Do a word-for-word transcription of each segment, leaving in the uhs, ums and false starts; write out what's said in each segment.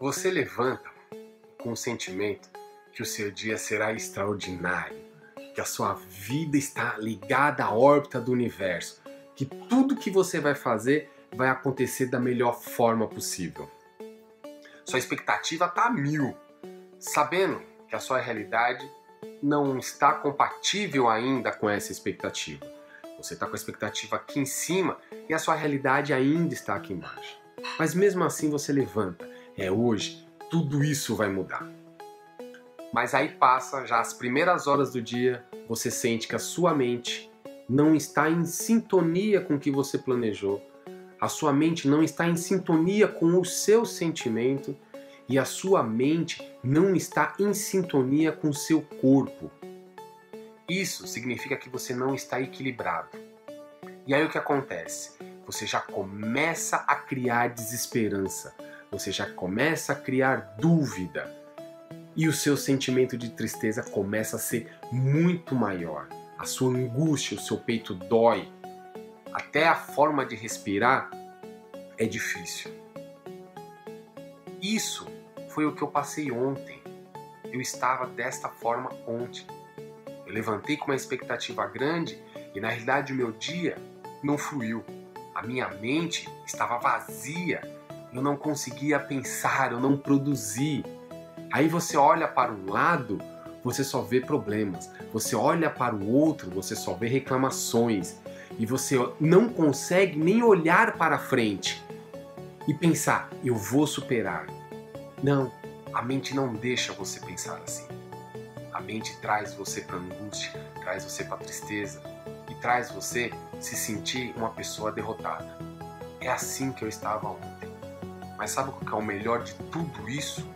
Você levanta com o sentimento que o seu dia será extraordinário, que a sua vida está ligada à órbita do universo, que tudo que você vai fazer vai acontecer da melhor forma possível. Sua expectativa está a mil, sabendo que a sua realidade não está compatível ainda com essa expectativa. Você está com a expectativa aqui em cima e a sua realidade ainda está aqui embaixo. Mas mesmo assim você levanta. É hoje, tudo isso vai mudar. Mas aí passa já as primeiras horas do dia, você sente que a sua mente não está em sintonia com o que você planejou. A sua mente não está em sintonia com o seu sentimento e a sua mente não está em sintonia com o seu corpo. Isso significa que você não está equilibrado. E aí o que acontece? Você já começa a criar desesperança, você já começa a criar dúvida e o seu sentimento de tristeza começa a ser muito maior. A sua angústia, o seu peito dói. Até a forma de respirar é difícil. Isso foi o que eu passei ontem. Eu estava desta forma ontem. Eu levantei com uma expectativa grande e na realidade o meu dia não fluiu. A minha mente estava vazia. Eu não conseguia pensar, eu não produzi. Aí você olha para um lado, você só vê problemas. Você olha para o outro, você só vê reclamações. E você não consegue nem olhar para frente e pensar, eu vou superar. Não, a mente não deixa você pensar assim. A mente traz você para a angústia, traz você para a tristeza e traz você se sentir uma pessoa derrotada. É assim que eu estava ontem. Mas sabe o que é o melhor de tudo isso?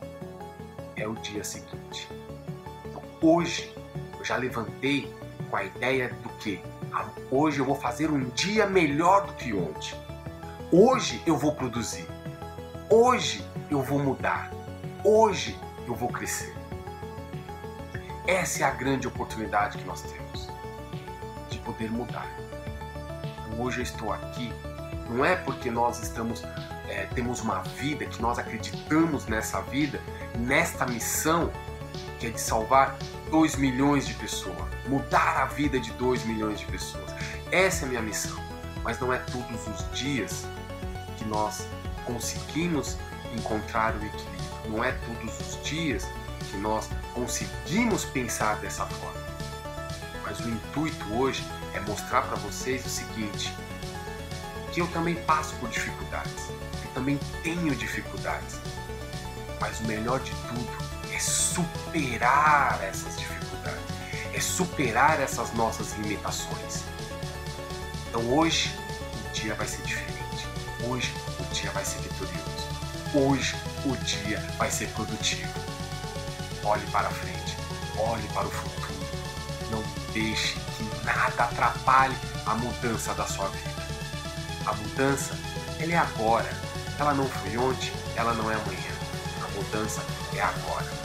É o dia seguinte. Então, hoje eu já levantei com a ideia do que? Hoje eu vou fazer um dia melhor do que ontem. Hoje eu vou produzir. Hoje eu vou mudar. Hoje eu vou crescer. Essa é a grande oportunidade que nós temos de poder mudar. Então, hoje eu estou aqui, não é porque nós estamos, é, temos uma vida, que nós acreditamos nessa vida, nesta missão que é de salvar dois milhões de pessoas, mudar a vida de dois milhões de pessoas. Essa é a minha missão, mas não é todos os dias que nós conseguimos encontrar o equilíbrio. Não é todos os dias que nós conseguimos pensar dessa forma. Mas o intuito hoje é mostrar para vocês o seguinte, que eu também passo por dificuldades, eu também tenho dificuldades, mas o melhor de tudo é superar essas dificuldades, é superar essas nossas limitações. Então hoje o dia vai ser diferente, hoje o dia vai ser vitorioso, hoje o dia vai ser produtivo. Olhe para frente, olhe para o futuro, não deixe que nada atrapalhe a mudança da sua vida. A mudança, ela é agora, ela não foi ontem, ela não é amanhã, a mudança é agora.